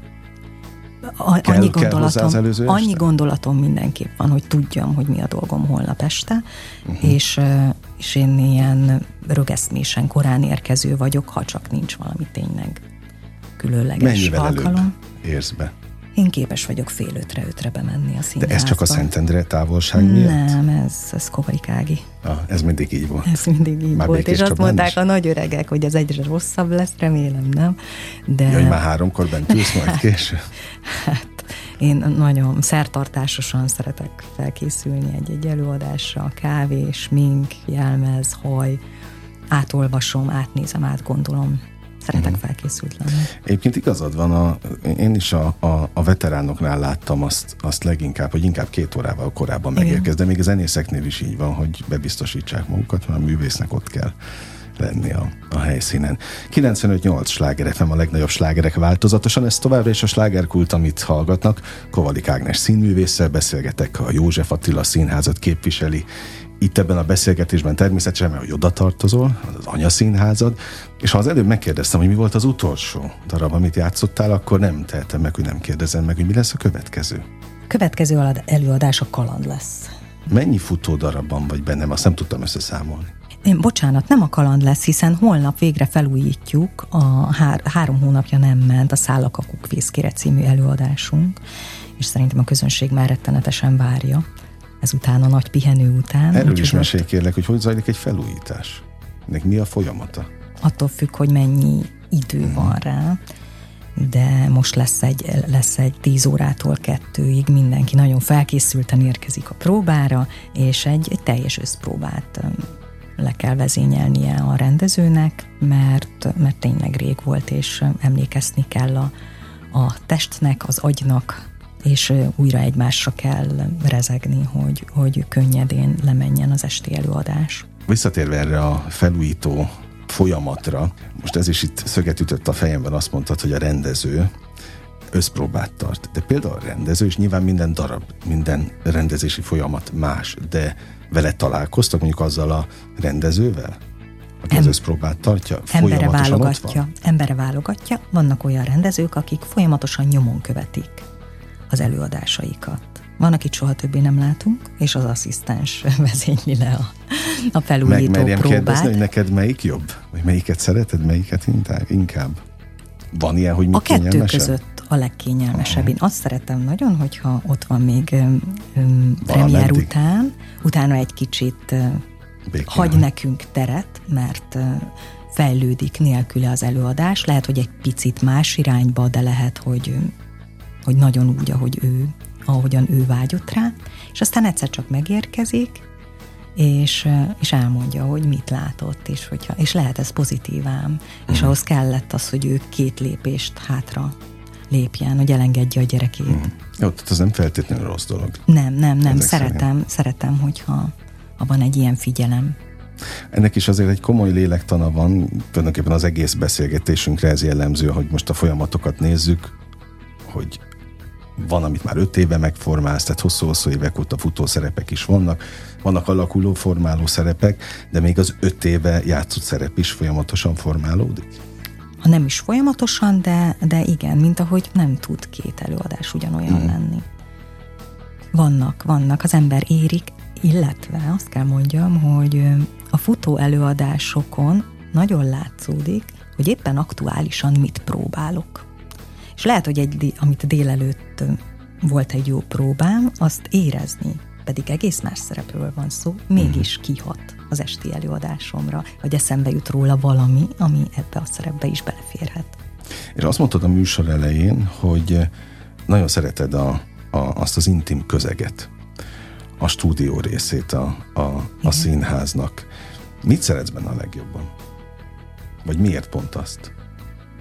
A, kell, annyi, kell gondolatom, az annyi gondolatom mindenképp van, hogy tudjam, hogy mi a dolgom holnap este, uh-huh. és, és én ilyen rögeszmésen korán érkező vagyok, ha csak nincs valami tényleg különleges mennyivel alkalom. Előbb érsz be? Én képes vagyok fél ötre, ötre bemenni a színházba. De ez csak a Szentendre távolság miatt? Nem, ez, ez Kovarik Ági. Ah, ez mindig így volt. Ez mindig így már volt, és azt mondták is? A nagy öregek, hogy ez egyre rosszabb lesz, remélem, nem? De... Ja, hogy már háromkor bent ülsz majd késő? Hát, én nagyon szertartásosan szeretek felkészülni egy-egy előadásra, kávé, smink, jelmez, haj, átolvasom, átnézem, átgondolom. Szeretek mm. felkészült lenni. Egyébként igazad van, a, én is a, a, a veteránoknál láttam azt, azt leginkább, hogy inkább két órával korábban megérkez, de még a zenészeknél is így van, hogy bebiztosítsák magukat, mert a művésznek ott kell lenni a, a helyszínen. kilencvenöt nyolc Sláger ef em, a legnagyobb slágerek változatosan, ez továbbra is a slágerkult, amit hallgatnak. Kovarik Ágnes színművésszel beszélgetek, a József Attila Színházat képviseli itt ebben a beszélgetésben természetesen, mert hogy oda tartozol, az anyaszínházad, és ha az előbb megkérdeztem, hogy mi volt az utolsó darab, amit játszottál, akkor nem tehetem meg, hogy nem kérdezem meg, hogy mi lesz a következő. Következő előadás a Kaland lesz. Mennyi futó darabban vagy bennem? Azt nem tudtam összeszámolni. Én, bocsánat, nem a Kaland lesz, hiszen holnap végre felújítjuk, a hár, három hónapja nem ment a Szállak a Kukvészkére című előadásunk, és szerintem a közönség már rettenetesen várja. Ezután a nagy pihenő után. Erről is mesélj kérlek, hogy hogy zajlik egy felújítás. Ennek mi a folyamata? Attól függ, hogy mennyi idő hmm. van rá, de most lesz egy, lesz egy tíz órától kettőig, mindenki nagyon felkészülten érkezik a próbára, és egy, egy teljes összpróbát le kell vezényelnie a rendezőnek, mert, mert tényleg rég volt, és emlékezni kell a, a testnek, az agynak, és újra egymásra kell rezegni, hogy, hogy könnyedén lemenjen az esti előadás. Visszatérve erre a felújító folyamatra, most ez is itt szöget ütött a fejemben, azt mondtad, hogy a rendező összpróbát tart. De például a rendező, és nyilván minden darab, minden rendezési folyamat más, de vele találkoztak mondjuk azzal a rendezővel, aki em- az összpróbát tartja? Embere válogatja, embere válogatja. Vannak olyan rendezők, akik folyamatosan nyomon követik az előadásaikat. Van, akit soha többé nem látunk, és az asszisztens vezényli le a, a felújító próbát. Megmerjem kérdezni, hogy neked melyik jobb? Vagy melyiket szereted, melyiket inkább? Van ilyen, hogy mi a kényelmesebb? A kettő között a legkényelmesebb. Uh-huh. Én azt szeretem nagyon, hogyha ott van még um, um, premier után, utána egy kicsit uh, hagy nekünk teret, mert uh, fejlődik nélküle az előadás. Lehet, hogy egy picit más irányba, de lehet, hogy hogy nagyon úgy, ahogy ő, ahogyan ő vágyott rá, és aztán egyszer csak megérkezik, és, és elmondja, hogy mit látott, és, hogyha, és lehet ez pozitívám, mm. és ahhoz kellett az, hogy ő két lépést hátra lépjen, hogy elengedje a gyerekét. Mm. Jó, tehát ez nem feltétlenül rossz dolog. Nem, nem, nem, szeretem, szeretem, hogyha ha van egy ilyen figyelem. Ennek is azért egy komoly lélektana van, tulajdonképpen az egész beszélgetésünkre ez jellemző, hogy most a folyamatokat nézzük, hogy van, amit már öt éve megformálsz, tehát hosszú-hosszú évek óta futó szerepek is vannak, vannak alakuló, formáló szerepek, de még az öt éve játszott szerep is folyamatosan formálódik? Ha nem is folyamatosan, de, de igen, mint ahogy nem tud két előadás ugyanolyan hmm. lenni. Vannak, vannak, az ember érik, illetve azt kell mondjam, hogy a futó előadásokon nagyon látszódik, hogy éppen aktuálisan mit próbálok. És lehet, hogy egy, amit délelőtt volt egy jó próbám, azt érezni, pedig egész más szerepről van szó, mégis kihat az esti előadásomra, hogy eszembe jut róla valami, ami ebbe a szerepbe is beleférhet. És azt mondtad a műsor elején, hogy nagyon szereted a, a, azt az intim közeget, a stúdió részét a, a, a színháznak. Mit szeretsz benne a legjobban? Vagy miért pont azt?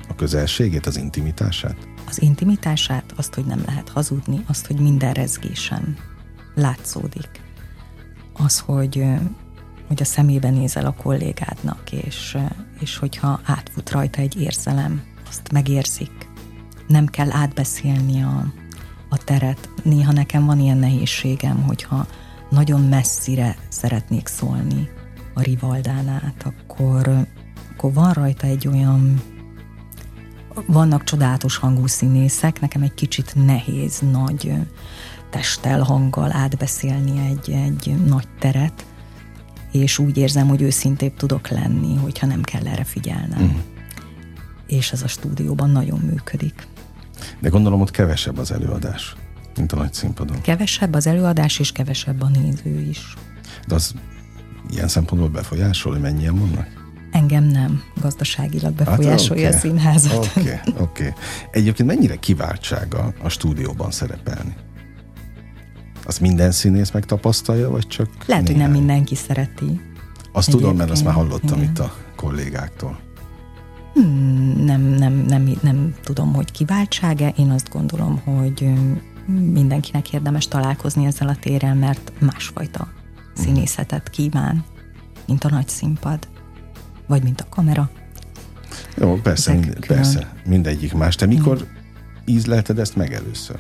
A közelségét, az intimitását? Az intimitását, azt, hogy nem lehet hazudni, azt, hogy minden rezgésen látszódik. Az, hogy, hogy a szemébe nézel a kollégádnak, és, és hogyha átfut rajta egy érzelem, azt megérzik. Nem kell átbeszélni a, a teret. Néha nekem van ilyen nehézségem, hogyha nagyon messzire szeretnék szólni a Rivaldán át, akkor, akkor van rajta egy olyan, vannak csodálatos hangú színészek, nekem egy kicsit nehéz, nagy testtel, hanggal átbeszélni egy, egy nagy teret, és úgy érzem, hogy őszintébb tudok lenni, hogyha nem kell erre figyelnem. Mm. És ez a stúdióban nagyon működik. De gondolom, ott kevesebb az előadás, mint a nagy színpadon. Kevesebb az előadás, és kevesebb a néző is. De az ilyen szempontból befolyásol, hogy mennyien vannak? Engem nem. Gazdaságilag befolyásolja hát, okay. a színházat. Oké, okay, oké. Okay. Egyébként mennyire kiváltsága a stúdióban szerepelni? Azt minden színész megtapasztalja, vagy csak lehet, néhány? Hogy nem mindenki szereti. Azt egyébként, tudom, mert azt már hallottam igen. itt a kollégáktól. Hmm, nem, nem, nem, nem tudom, hogy kiváltsága. Én azt gondolom, hogy mindenkinek érdemes találkozni ezzel a térrel, mert másfajta színészetet kíván, mint a nagy színpad, vagy mint a kamera. Jó, persze, mind, persze mindegyik más. Te mikor hmm. ízlelted ezt meg először?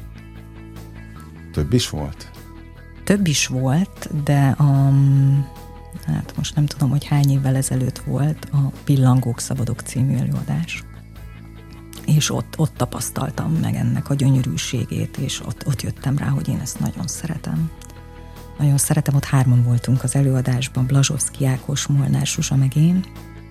Több is volt? Több is volt, de a, hát most nem tudom, hogy hány évvel ezelőtt volt a Pillangók Szabadok című előadás. És ott, ott tapasztaltam meg ennek a gyönyörűségét, és ott, ott jöttem rá, hogy én ezt nagyon szeretem. Nagyon szeretem, ott hárman voltunk az előadásban, Blazsovszky Ákos, Molnár Zsuzsa meg én,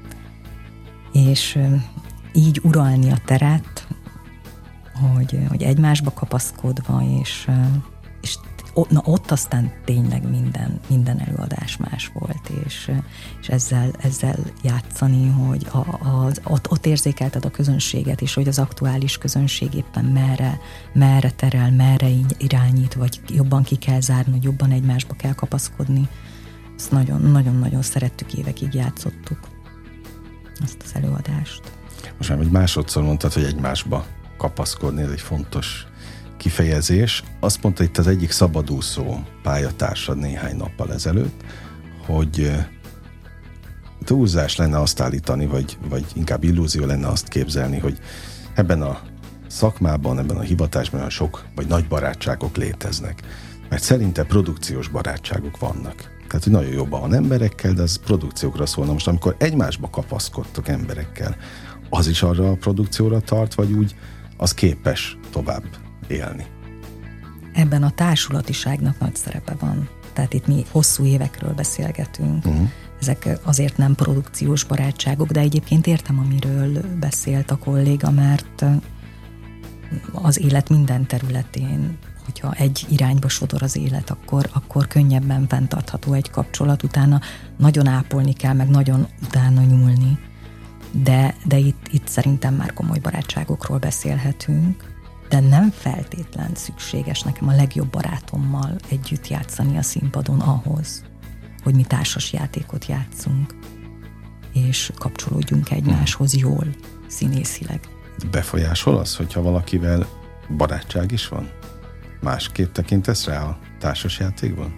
és így uralni a teret, hogy, hogy egymásba kapaszkodva, és, és na, ott aztán tényleg minden, minden előadás más volt, és, és ezzel, ezzel játszani, hogy a, az, ott, ott érzékelted a közönséget, és hogy az aktuális közönség éppen merre, merre terel, merre irányít, vagy jobban ki kell zárni, hogy jobban egymásba kell kapaszkodni. Ezt nagyon-nagyon szerettük, évekig játszottuk azt az előadást. Most már, hogy másodszor mondtad, hogy egymásba kapaszkodni, ez egy fontos kifejezés. Azt mondta itt az egyik szabadúszó pályatársad néhány nappal ezelőtt, hogy túlzás lenne azt állítani, vagy, vagy inkább illúzió lenne azt képzelni, hogy ebben a szakmában, ebben a hivatásban olyan sok, vagy nagy barátságok léteznek. Mert szerinte produkciós barátságok vannak. Tehát, hogy nagyon jobban van emberekkel, de az produkciókra szólna. Most amikor egymásba kapaszkodtok emberekkel, az is arra a produkcióra tart, vagy úgy az képes tovább élni? Ebben a társulatiságnak nagy szerepe van. Tehát itt mi hosszú évekről beszélgetünk. Uh-huh. Ezek azért nem produkciós barátságok, de egyébként értem, amiről beszélt a kolléga, mert az élet minden területén, hogyha egy irányba sodor az élet, akkor, akkor könnyebben fenntartható egy kapcsolat, utána nagyon ápolni kell, meg nagyon utána nyúlni. De, de itt, itt szerintem már komoly barátságokról beszélhetünk, de nem feltétlen szükséges nekem a legjobb barátommal együtt játszani a színpadon ahhoz, hogy mi társas játékot játszunk, és kapcsolódjunk egymáshoz jól, színészileg. Befolyásol az, hogyha valakivel barátság is van? Másképp tekintesz rá a társas játékban?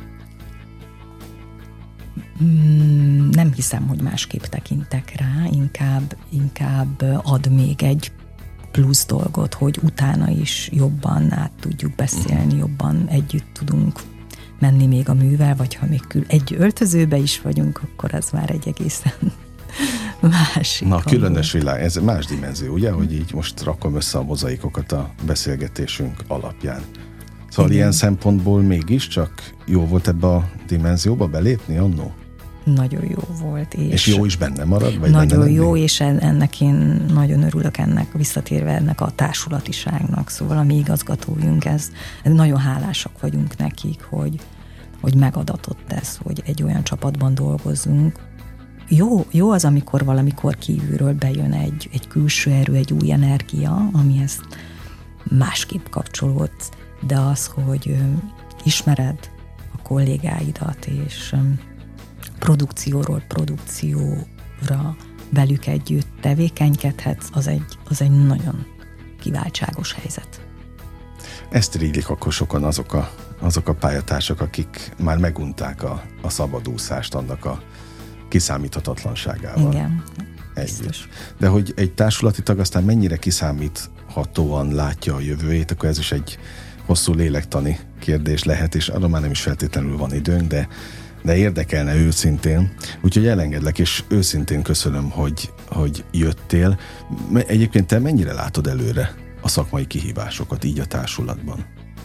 Nem hiszem, hogy másképp tekintek rá, inkább, inkább ad még egy plusz dolgot, hogy utána is jobban át tudjuk beszélni, jobban együtt tudunk menni még a művel, vagy ha még kül- egy öltözőbe is vagyunk, akkor az már egy egészen másik. Na, különös világ, ez más dimenzió, ugye, hogy így most rakom össze a mozaikokat a beszélgetésünk alapján. Szóval igen. Ilyen szempontból mégiscsak jó volt ebbe a dimenzióba belépni annó? Nagyon jó volt. És, és jó is benne marad? Vagy nagyon benne jó, és ennek én nagyon örülök ennek, visszatérve ennek a társulatiságnak. Szóval a mi igazgatójunk, ez, ez nagyon hálásak vagyunk nekik, hogy, hogy megadatott ez, hogy egy olyan csapatban dolgozzunk. Jó, jó az, amikor valamikor kívülről bejön egy, egy külső erő, egy új energia, amihez másképp kapcsolódsz, de az, hogy ismered a kollégáidat, és produkcióról produkcióra velük együtt tevékenykedhetsz, az egy, az egy nagyon kiváltságos helyzet. Ezt irigylik akkor sokan azok a, azok a pályatársak, akik már megunták a, a szabadúszást annak a kiszámíthatatlanságával. Igen, együtt. biztos. De hogy egy társulati tag aztán mennyire kiszámíthatóan látja a jövőjét, akkor ez is egy hosszú lélektani kérdés lehet, és arra már nem is feltétlenül van időnk, de, de érdekelne őszintén. Úgyhogy elengedlek, és őszintén köszönöm, hogy, hogy jöttél. Egyébként te mennyire látod előre a szakmai kihívásokat így a társulatban?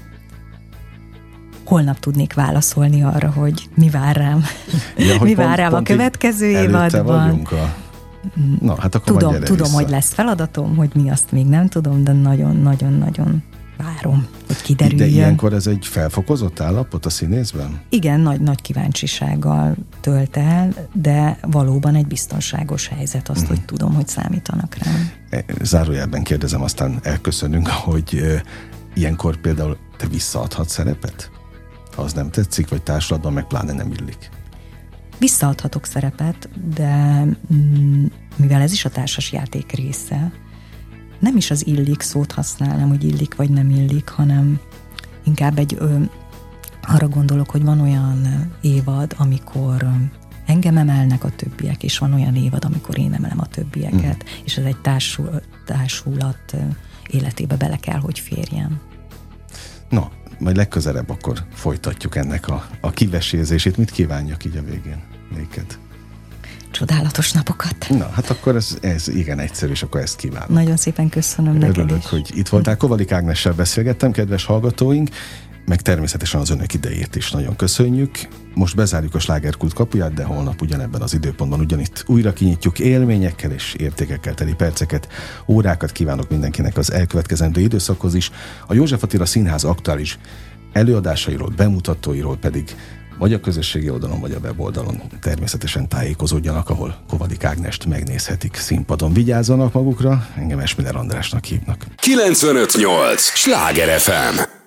Holnap tudnék válaszolni arra, hogy mi vár rám. Ja, mi vár rám a következő évadban. A... Na, hát akkor tudom, tudom, hogy lesz feladatom, hogy mi, azt még nem tudom, de nagyon-nagyon-nagyon várom, hogy kiderüljön. De ilyenkor ez egy felfokozott állapot a színészben? Igen, nagy-nagy kíváncsisággal tölt el, de valóban egy biztonságos helyzet, azt, uh-huh. hogy tudom, hogy számítanak rám. Zárójelben kérdezem, aztán elköszönünk, hogy e, ilyenkor például te visszaadhatsz szerepet? Ha az nem tetszik, vagy társulatban meg pláne nem illik? Visszaadhatok szerepet, de mm, mivel ez is a társas játék része, nem is az illik szót használnám, hogy illik vagy nem illik, hanem inkább egy, ö, arra gondolok, hogy van olyan évad, amikor ö, engem emelnek a többiek, és van olyan évad, amikor én emelem a többieket, mm. és ez egy társul, társulat ö, életébe bele kell, hogy férjen. No, majd legközelebb akkor folytatjuk ennek a, a kivesézését. Mit kívánjak így a végén néked? Csodálatos napokat. Na, hát akkor ez, ez igen egyszerű, és akkor ezt kívánom. Nagyon szépen köszönöm neked Örülök, is. hogy itt voltál. Kovalik Ágnessel beszélgettem, kedves hallgatóink, meg természetesen az önök idejét is nagyon köszönjük. Most bezárjuk a Slágerkult kapuját, de holnap ugyanebben az időpontban ugyanitt újra kinyitjuk élményekkel és értékekkel teli perceket, órákat kívánok mindenkinek az elkövetkezendő időszakhoz is. A József Attila Színház aktuális előadásairól, bemutatóiról pedig vagy a közösségi oldalon, vagy a weboldalon természetesen tájékozódjanak, ahol Kovalik Ágnest megnézhetik színpadon. Vigyázzanak magukra, engem Esmiller Andrásnak hívnak. kilencvenöt nyolc Sláger ef em